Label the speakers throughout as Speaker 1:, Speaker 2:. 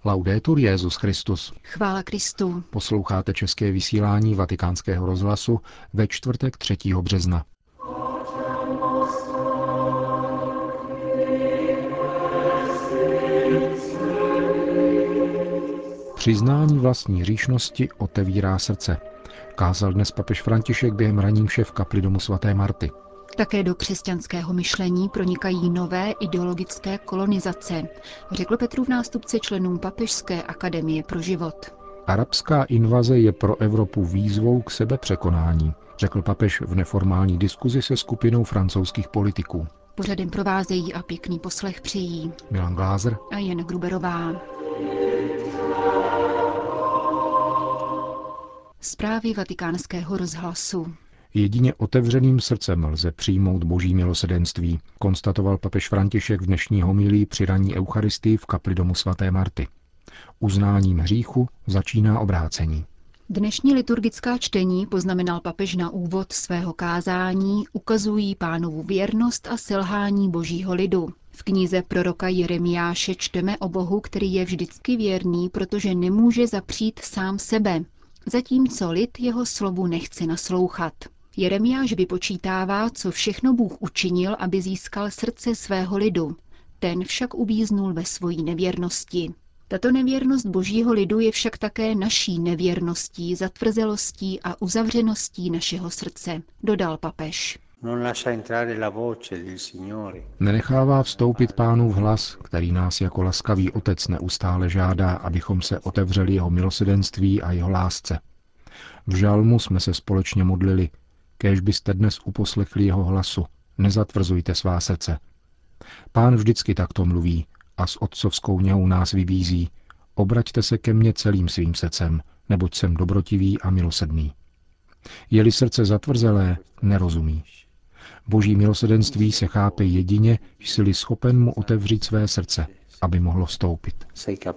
Speaker 1: Laudetur Jesus Christus.
Speaker 2: Chvála Kristu.
Speaker 1: Posloucháte české vysílání Vatikánského rozhlasu ve čtvrtek 3. března. Přiznání vlastní hříšnosti otevírá srdce. Kázal dnes papež František během ranní mše v kapli domu svaté Marty.
Speaker 2: Také do křesťanského myšlení pronikají nové ideologické kolonizace, řekl Petrův nástupce členům Papežské akademie pro život.
Speaker 1: Arabská invaze je pro Evropu výzvou k sebepřekonání, řekl papež v neformální diskuzi se skupinou francouzských politiků.
Speaker 2: Pořadem provázejí a pěkný poslech přijí
Speaker 1: Milan Glázer
Speaker 2: a Jan Gruberová. Zprávy Vatikánského rozhlasu.
Speaker 1: Jedině otevřeným srdcem lze přijmout boží milosrdenství, konstatoval papež František v dnešní homilii při ranní eucharistii v kapli domu svaté Marty. Uznáním hříchu začíná obrácení.
Speaker 2: Dnešní liturgická čtení, poznamenal papež na úvod svého kázání, ukazují Pánovu věrnost a selhání božího lidu. V knize proroka Jeremiáše čteme o Bohu, který je vždycky věrný, protože nemůže zapřít sám sebe, zatímco lid jeho slovu nechce naslouchat. Jeremiáš vypočítává, co všechno Bůh učinil, aby získal srdce svého lidu. Ten však uvíznul ve svojí nevěrnosti. Tato nevěrnost božího lidu je však také naší nevěrností, zatvrzelostí a uzavřeností našeho srdce, dodal papež.
Speaker 1: Nenechává vstoupit Pánův hlas, který nás jako laskavý otec neustále žádá, abychom se otevřeli jeho milosedenství a jeho lásce. V žalmu jsme se společně modlili, kéž byste dnes uposlechli jeho hlasu, nezatvrzujte svá srdce. Pán vždycky takto mluví a s otcovskou něhou nás vybízí, obraťte se ke mně celým svým srdcem, neboť jsem dobrotivý a milosrdný. Je-li srdce zatvrzelé, nerozumí. Boží milosedenství se chápe jedině, jsi-li schopen mu otevřít své srdce, aby mohlo vstoupit.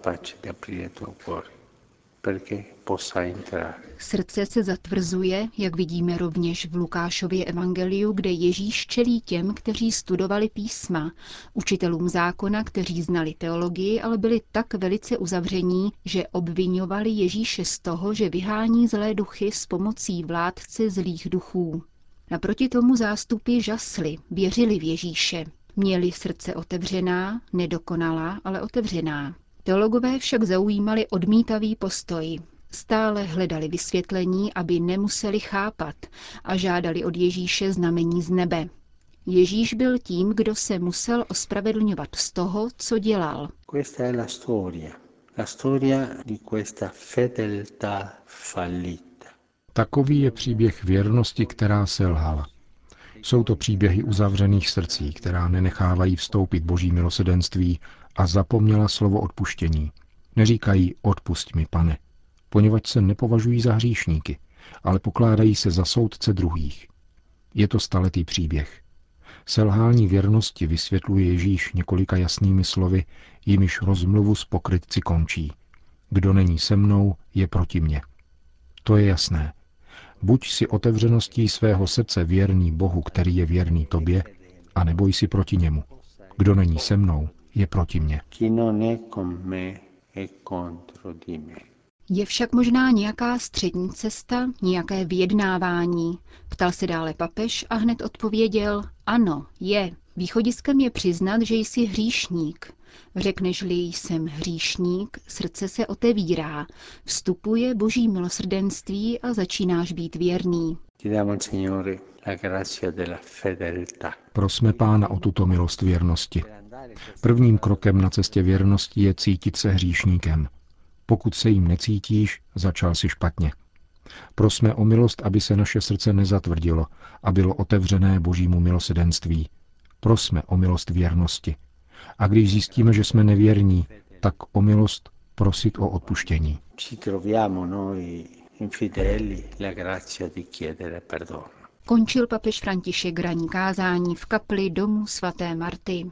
Speaker 2: Srdce se zatvrzuje, jak vidíme rovněž v Lukášově evangeliu, kde Ježíš čelí těm, kteří studovali písma, učitelům zákona, kteří znali teologii, ale byli tak velice uzavření, že obviňovali Ježíše z toho, že vyhání zlé duchy s pomocí vládce zlých duchů. Naproti tomu zástupy žasly, věřili v Ježíše. Měli srdce otevřená, nedokonalá, ale otevřená. Teologové však zaujímali odmítavý postoj. Stále hledali vysvětlení, aby nemuseli chápat, a žádali od Ježíše znamení z nebe. Ježíš byl tím, kdo se musel ospravedlňovat z toho, co dělal.
Speaker 1: Takový je příběh věrnosti, která selhala. Jsou to příběhy uzavřených srdcí, která nenechávají vstoupit boží milosedenství a zapomněla slovo odpuštění. Neříkají odpusť mi, Pane, poněvadž se nepovažují za hříšníky, ale pokládají se za soudce druhých. Je to staletý příběh. Selhání věrnosti vysvětluje Ježíš několika jasnými slovy, jimiž rozmluvu s pokrytci končí. Kdo není se mnou, je proti mně. To je jasné. Buď si otevřeností svého srdce věrný Bohu, který je věrný tobě, a neboj si proti němu. Kdo není se mnou, je proti mně.
Speaker 2: Je však možná nějaká střední cesta, nějaké vyjednávání? Ptal se dále papež a hned odpověděl, ano, je. Východiskem je přiznat, že jsi hříšník. Řekneš-li jsem hříšník, srdce se otevírá, vstupuje boží milosrdenství a začínáš být věrný.
Speaker 1: Prosme Pána o tuto milost věrnosti. Prvním krokem na cestě věrnosti je cítit se hříšníkem. Pokud se jim necítíš, začal si špatně. Prosme o milost, aby se naše srdce nezatvrdilo a bylo otevřené božímu milosedenství. Prosme o milost věrnosti. A když zjistíme, že jsme nevěrní, tak o milost prosit o odpuštění.
Speaker 2: Končil papež František ranní kázání v kapli domu svaté Marty.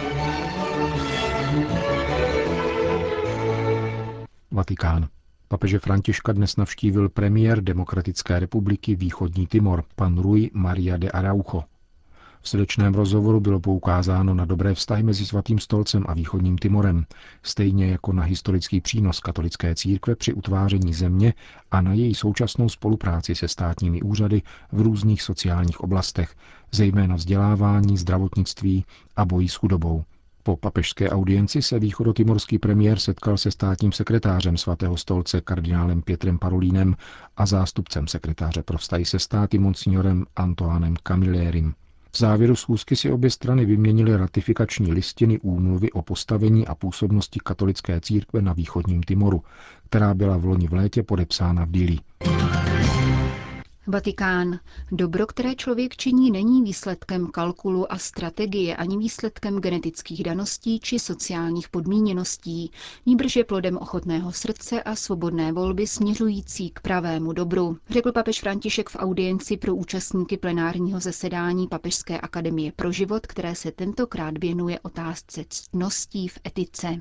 Speaker 1: Vatikán. Papeže Františka dnes navštívil premiér Demokratické republiky Východní Timor, pan Rui Maria de Araujo. V srdečném rozhovoru bylo poukázáno na dobré vztahy mezi Svatým stolcem a východním Timorem, stejně jako na historický přínos katolické církve při utváření země a na její současnou spolupráci se státními úřady v různých sociálních oblastech, zejména vzdělávání, zdravotnictví a boji s chudobou. Po papežské audienci se východotimorský premiér setkal se státním sekretářem Svatého stolce kardinálem Pietrem Parolínem a zástupcem sekretáře pro vztahy se státy monsignorem Antoánem Camillerim. V závěru schůzky si obě strany vyměnily ratifikační listiny úmluvy o postavení a působnosti katolické církve na východním Timoru, která byla vloni v létě podepsána v Dili.
Speaker 2: Vatikán. Dobro, které člověk činí, není výsledkem kalkulu a strategie ani výsledkem genetických daností či sociálních podmíněností, nýbrž je plodem ochotného srdce a svobodné volby směřující k pravému dobru, řekl papež František v audienci pro účastníky plenárního zasedání Papežské akademie pro život, které se tentokrát věnuje otázce ctností v etice.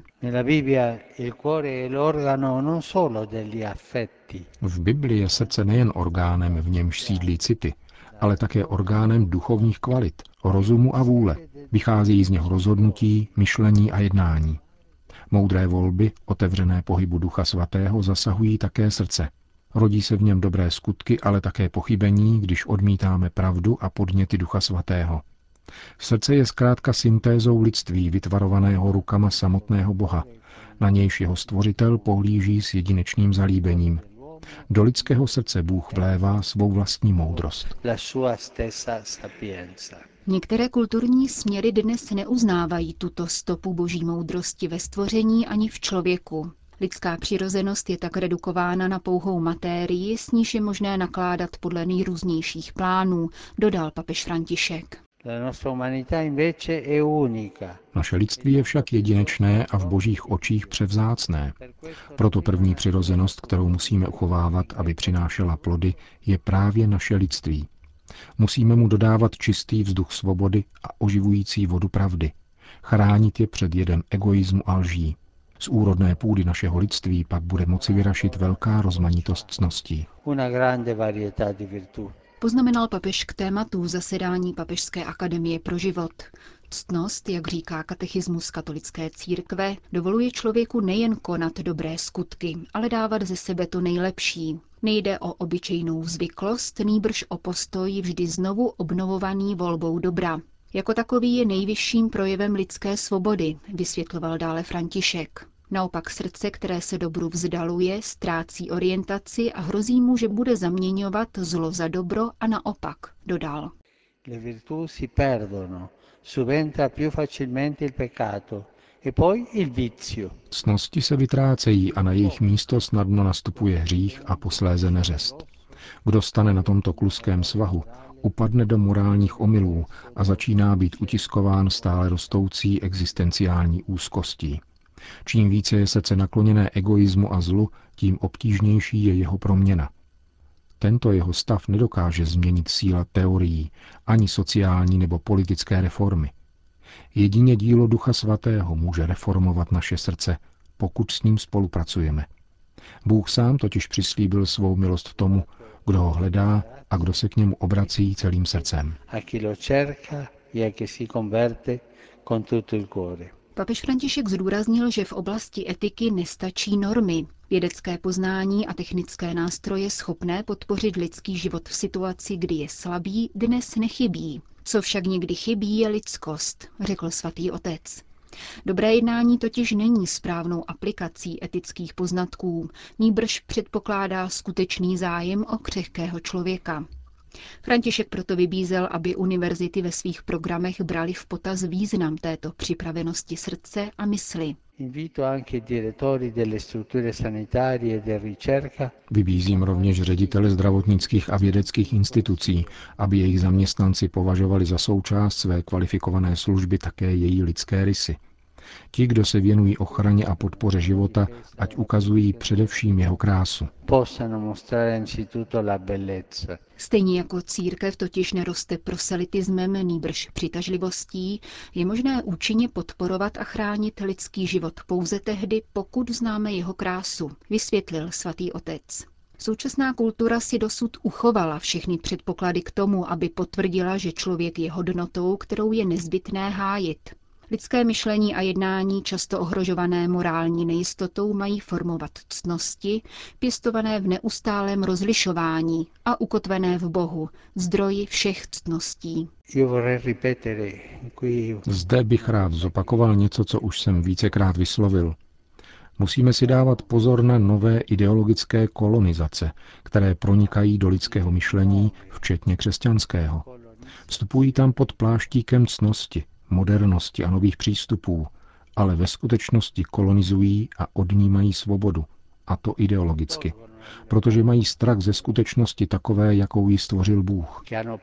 Speaker 1: V Biblii je srdce nejen orgánem, v němž sídlí city, ale také orgánem duchovních kvalit, rozumu a vůle. Vychází z něho rozhodnutí, myšlení a jednání. Moudré volby, otevřené pohybu Ducha Svatého, zasahují také srdce. Rodí se v něm dobré skutky, ale také pochybení, když odmítáme pravdu a podněty Ducha Svatého. Srdce je zkrátka syntézou lidství vytvarovaného rukama samotného Boha, na nějž jeho stvořitel pohlíží s jedinečným zalíbením. Do lidského srdce Bůh vlévá svou vlastní moudrost.
Speaker 2: Některé kulturní směry dnes neuznávají tuto stopu boží moudrosti ve stvoření ani v člověku. Lidská přirozenost je tak redukována na pouhou matérii, s níž je možné nakládat podle nejrůznějších plánů, dodal papež František.
Speaker 1: Naše lidství je však jedinečné a v božích očích převzácné. Proto první přirozenost, kterou musíme uchovávat, aby přinášela plody, je právě naše lidství. Musíme mu dodávat čistý vzduch svobody a oživující vodu pravdy. Chránit je před jedem egoismu a lží. Z úrodné půdy našeho lidství pak bude moci vyrašit velká rozmanitost ctností.
Speaker 2: Poznamenal papež k tématu zasedání Papežské akademie pro život. Ctnost, jak říká katechismus katolické církve, dovoluje člověku nejen konat dobré skutky, ale dávat ze sebe to nejlepší. Nejde o obyčejnou zvyklost, nýbrž o postoj vždy znovu obnovovaný volbou dobra. Jako takový je nejvyšším projevem lidské svobody, vysvětloval dále František. Naopak srdce, které se dobru vzdaluje, ztrácí orientaci a hrozí mu, že bude zaměňovat zlo za dobro a naopak, dodal.
Speaker 1: Ctnosti se vytrácejí a na jejich místo snadno nastupuje hřích a posléze neřest. Kdo stane na tomto kluském svahu, upadne do morálních omylů a začíná být utiskován stále rostoucí existenciální úzkostí. Čím více je srdce nakloněné egoismu a zlu, tím obtížnější je jeho proměna. Tento jeho stav nedokáže změnit síla teorií, ani sociální nebo politické reformy. Jedině dílo Ducha Svatého může reformovat naše srdce, pokud s ním spolupracujeme. Bůh sám totiž přislíbil svou milost tomu, kdo ho hledá a kdo se k němu obrací celým srdcem.
Speaker 2: Papež František zdůraznil, že v oblasti etiky nestačí normy. Vědecké poznání a technické nástroje schopné podpořit lidský život v situaci, kdy je slabý, dnes nechybí. Co však někdy chybí, je lidskost, řekl svatý otec. Dobré jednání totiž není správnou aplikací etických poznatků, nýbrž předpokládá skutečný zájem o křehkého člověka. František proto vybízel, aby univerzity ve svých programech brali v potaz význam této připravenosti srdce a mysli.
Speaker 1: Vybízím rovněž ředitele zdravotnických a vědeckých institucí, aby jejich zaměstnanci považovali za součást své kvalifikované služby také její lidské rysy. Ti, kdo se věnují ochraně a podpoře života, ať ukazují především jeho krásu.
Speaker 2: Stejně jako církev totiž neroste proselitismem, nýbrž přitažlivostí, je možné účinně podporovat a chránit lidský život pouze tehdy, pokud známe jeho krásu, vysvětlil svatý otec. Současná kultura si dosud uchovala všechny předpoklady k tomu, aby potvrdila, že člověk je hodnotou, kterou je nezbytné hájit. Lidské myšlení a jednání, často ohrožované morální nejistotou, mají formovat ctnosti, pěstované v neustálém rozlišování a ukotvené v Bohu, zdroji všech ctností.
Speaker 1: Zde bych rád zopakoval něco, co už jsem vícekrát vyslovil. Musíme si dávat pozor na nové ideologické kolonizace, které pronikají do lidského myšlení, včetně křesťanského. Vstupují tam pod pláštíkem ctnosti, modernosti a nových přístupů, ale ve skutečnosti kolonizují a odnímají svobodu, a to ideologicky, protože mají strach ze skutečnosti takové, jakou ji stvořil Bůh.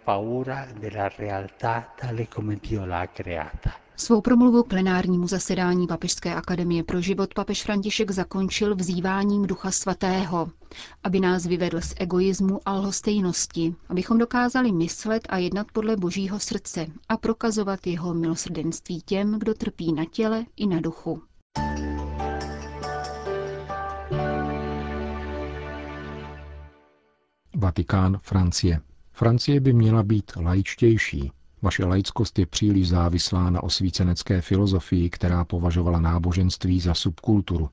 Speaker 2: Svou promluvu k plenárnímu zasedání Papežské akademie pro život papež František zakončil vzýváním Ducha Svatého, aby nás vyvedl z egoismu a lhostejnosti, abychom dokázali myslet a jednat podle Božího srdce a prokazovat jeho milosrdenství těm, kdo trpí na těle i na duchu.
Speaker 1: Vatikán, Francie. Francie by měla být laičtější. Vaše laickost je příliš závislá na osvícenecké filozofii, která považovala náboženství za subkulturu.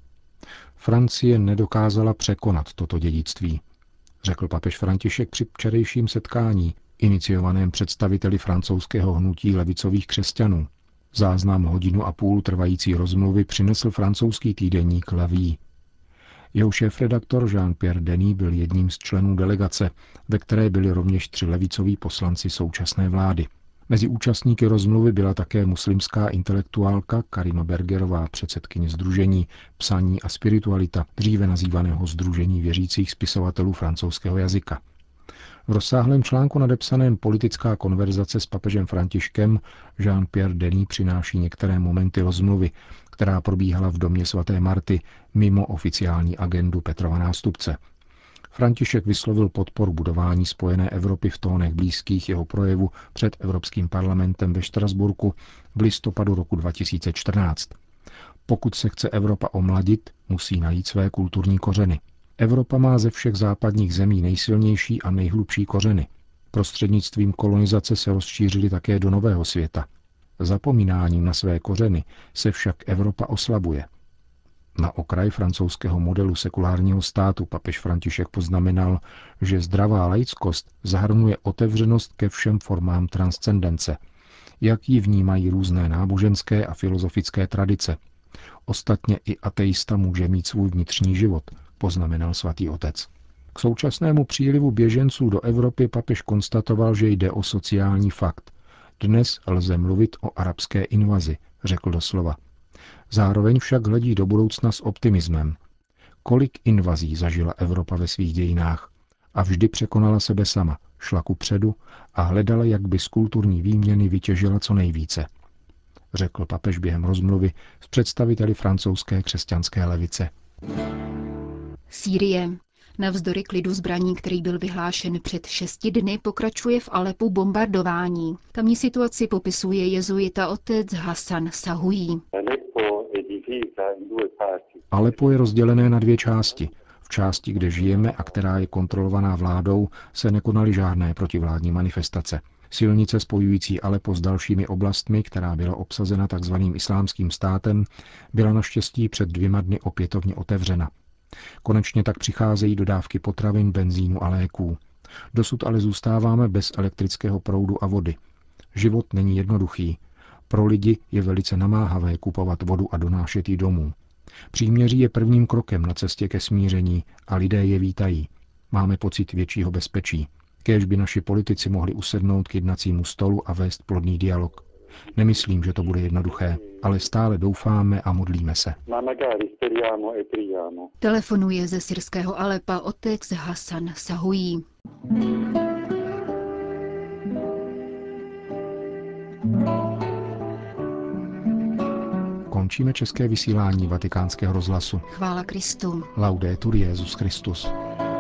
Speaker 1: Francie nedokázala překonat toto dědictví, řekl papež František při včerejším setkání, iniciovaném představiteli francouzského hnutí levicových křesťanů. Záznam 1,5 hodiny trvající rozmluvy přinesl francouzský týdeník La Vie. Jeho šéfredaktor Jean-Pierre Denis byl jedním z členů delegace, ve které byli rovněž 3 levicoví poslanci současné vlády. Mezi účastníky rozmluvy byla také muslimská intelektuálka Karima Bergerová, předsedkyně sdružení Psaní a spiritualita, dříve nazývaného Sdružení věřících spisovatelů francouzského jazyka. V rozsáhlém článku nadepsaném Politická konverzace s papežem Františkem Jean-Pierre Denis přináší některé momenty rozmluvy, která probíhala v domě svaté Marty mimo oficiální agendu Petrova nástupce. František vyslovil podporu budování spojené Evropy v tónech blízkých jeho projevu před Evropským parlamentem ve Štrasburku v listopadu roku 2014. Pokud se chce Evropa omladit, musí najít své kulturní kořeny. Evropa má ze všech západních zemí nejsilnější a nejhlubší kořeny. Prostřednictvím kolonizace se rozšířily také do nového světa. Zapomínáním na své kořeny se však Evropa oslabuje. Na okraj francouzského modelu sekulárního státu papež František poznamenal, že zdravá laickost zahrnuje otevřenost ke všem formám transcendence, jak ji vnímají různé náboženské a filozofické tradice. Ostatně i ateista může mít svůj vnitřní život, poznamenal svatý otec. K současnému přílivu běženců do Evropy papež konstatoval, že jde o sociální fakt. Dnes lze mluvit o arabské invazi, řekl doslova. Zároveň však hledí do budoucna s optimismem. Kolik invazí zažila Evropa ve svých dějinách a vždy překonala sebe sama, šla kupředu a hledala, jak by z kulturní výměny vytěžila co nejvíce, řekl papež během rozmluvy s představiteli francouzské křesťanské levice.
Speaker 2: Sýrie. Navzdory klidu zbraní, který byl vyhlášen před 6 dny, pokračuje v Alepu bombardování. Tamní situaci popisuje jezuita otec Hassan Sahují.
Speaker 1: Alepo je rozdělené na 2 části. V části, kde žijeme a která je kontrolovaná vládou, se nekonaly žádné protivládní manifestace. Silnice spojující Alepo s dalšími oblastmi, která byla obsazena tzv. Islámským státem, byla naštěstí před 2 dny opětovně otevřena. Konečně tak přicházejí dodávky potravin, benzínu a léků. Dosud ale zůstáváme bez elektrického proudu a vody. Život není jednoduchý. Pro lidi je velice namáhavé kupovat vodu a donášet ji domů. Příměří je prvním krokem na cestě ke smíření a lidé je vítají. Máme pocit většího bezpečí. Kéž by naši politici mohli usednout k jednacímu stolu a vést plodný dialog. Nemyslím, že to bude jednoduché, ale stále doufáme a modlíme se.
Speaker 2: Telefonuje ze syrského Alepa otec Hassan Sahují.
Speaker 1: Končíme české vysílání Vatikánského rozhlasu.
Speaker 2: Chvála Kristu.
Speaker 1: Laudetur Jesus Christus.